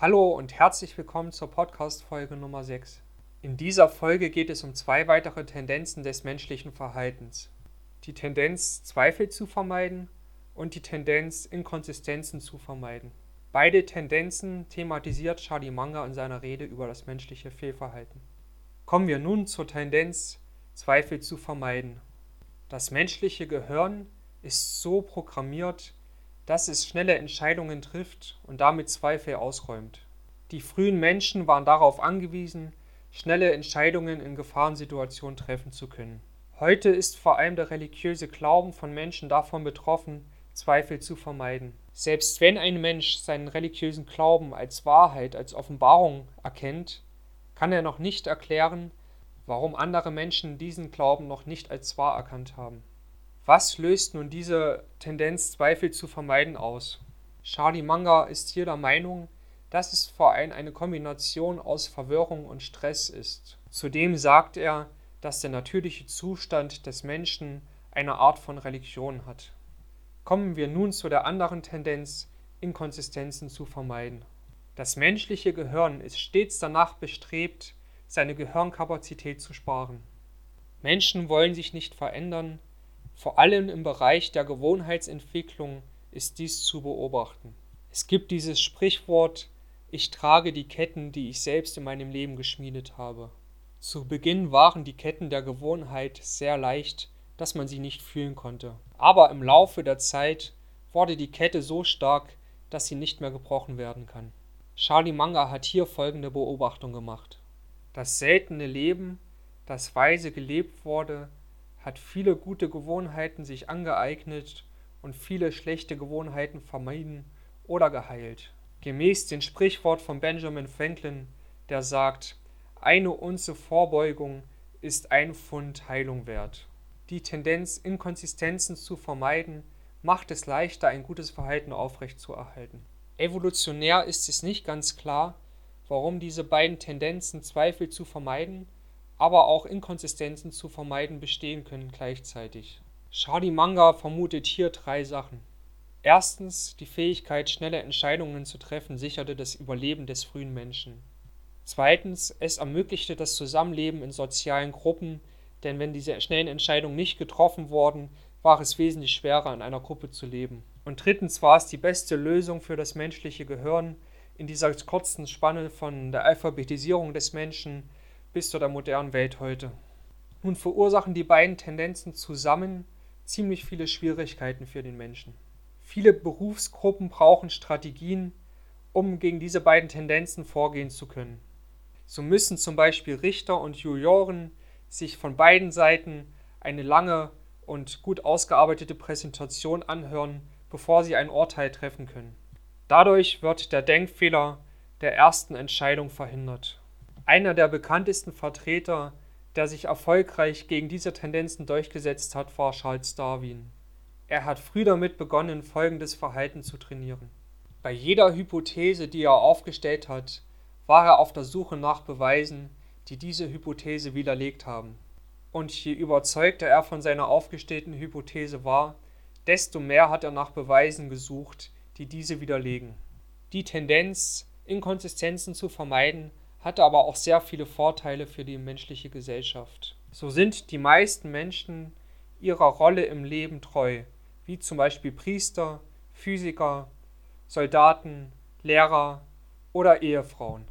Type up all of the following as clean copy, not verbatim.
Hallo und herzlich willkommen zur Podcast-Folge Nummer 6. In dieser Folge geht es um zwei weitere Tendenzen des menschlichen Verhaltens. Die Tendenz, Zweifel zu vermeiden und die Tendenz, Inkonsistenzen zu vermeiden. Beide Tendenzen thematisiert Charlie Munger in seiner Rede über das menschliche Fehlverhalten. Kommen wir nun zur Tendenz, Zweifel zu vermeiden. Das menschliche Gehirn ist so programmiert, dass es schnelle Entscheidungen trifft und damit Zweifel ausräumt. Die frühen Menschen waren darauf angewiesen, schnelle Entscheidungen in Gefahrensituationen treffen zu können. Heute ist vor allem der religiöse Glauben von Menschen davon betroffen, Zweifel zu vermeiden. Selbst wenn ein Mensch seinen religiösen Glauben als Wahrheit, als Offenbarung erkennt, kann er noch nicht erklären, warum andere Menschen diesen Glauben noch nicht als wahr erkannt haben. Was löst nun diese Tendenz, Zweifel zu vermeiden, aus? Charlie Munger ist hier der Meinung, dass es vor allem eine Kombination aus Verwirrung und Stress ist. Zudem sagt er, dass der natürliche Zustand des Menschen eine Art von Religion hat. Kommen wir nun zu der anderen Tendenz, Inkonsistenzen zu vermeiden. Das menschliche Gehirn ist stets danach bestrebt, seine Gehirnkapazität zu sparen. Menschen wollen sich nicht verändern. Vor allem im Bereich der Gewohnheitsentwicklung ist dies zu beobachten. Es gibt dieses Sprichwort: Ich trage die Ketten, die ich selbst in meinem Leben geschmiedet habe. Zu Beginn waren die Ketten der Gewohnheit sehr leicht, dass man sie nicht fühlen konnte. Aber im Laufe der Zeit wurde die Kette so stark, dass sie nicht mehr gebrochen werden kann. Charlie Munger hat hier folgende Beobachtung gemacht: Das seltene Leben, das weise gelebt wurde, hat viele gute Gewohnheiten sich angeeignet und viele schlechte Gewohnheiten vermieden oder geheilt. Gemäß dem Sprichwort von Benjamin Franklin, der sagt: Eine Unze Vorbeugung ist ein Pfund Heilung wert. Die Tendenz, Inkonsistenzen zu vermeiden, macht es leichter, ein gutes Verhalten aufrechtzuerhalten. Evolutionär ist es nicht ganz klar, warum diese beiden Tendenzen, Zweifel zu vermeiden, aber auch Inkonsistenzen zu vermeiden, bestehen können gleichzeitig. Charlie Munger vermutet hier drei Sachen. Erstens, die Fähigkeit, schnelle Entscheidungen zu treffen, sicherte das Überleben des frühen Menschen. Zweitens, es ermöglichte das Zusammenleben in sozialen Gruppen, denn wenn diese schnellen Entscheidungen nicht getroffen wurden, war es wesentlich schwerer, in einer Gruppe zu leben. Und drittens war es die beste Lösung für das menschliche Gehirn in dieser kurzen Spanne von der Alphabetisierung des Menschen bis zu der modernen Welt heute. Nun verursachen die beiden Tendenzen zusammen ziemlich viele Schwierigkeiten für den Menschen. Viele Berufsgruppen brauchen Strategien, um gegen diese beiden Tendenzen vorgehen zu können. So müssen zum Beispiel Richter und Juroren sich von beiden Seiten eine lange und gut ausgearbeitete Präsentation anhören, bevor sie ein Urteil treffen können. Dadurch wird der Denkfehler der ersten Entscheidung verhindert. Einer der bekanntesten Vertreter, der sich erfolgreich gegen diese Tendenzen durchgesetzt hat, war Charles Darwin. Er hat früh damit begonnen, folgendes Verhalten zu trainieren. Bei jeder Hypothese, die er aufgestellt hat, war er auf der Suche nach Beweisen, die diese Hypothese widerlegt haben. Und je überzeugter er von seiner aufgestellten Hypothese war, desto mehr hat er nach Beweisen gesucht, die diese widerlegen. Die Tendenz, Inkonsistenzen zu vermeiden, hatte aber auch sehr viele Vorteile für die menschliche Gesellschaft. So sind die meisten Menschen ihrer Rolle im Leben treu, wie zum Beispiel Priester, Physiker, Soldaten, Lehrer oder Ehefrauen.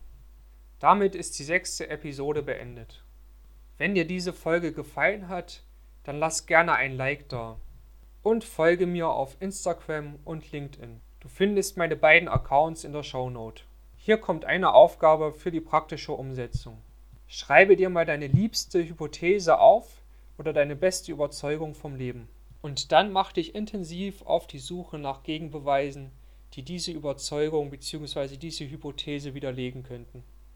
Damit ist die 6. Episode beendet. Wenn dir diese Folge gefallen hat, dann lass gerne ein Like da und folge mir auf Instagram und LinkedIn. Du findest meine beiden Accounts in der Shownote. Hier kommt eine Aufgabe für die praktische Umsetzung. Schreibe dir mal deine liebste Hypothese auf oder deine beste Überzeugung vom Leben. Und dann mach dich intensiv auf die Suche nach Gegenbeweisen, die diese Überzeugung bzw. diese Hypothese widerlegen könnten.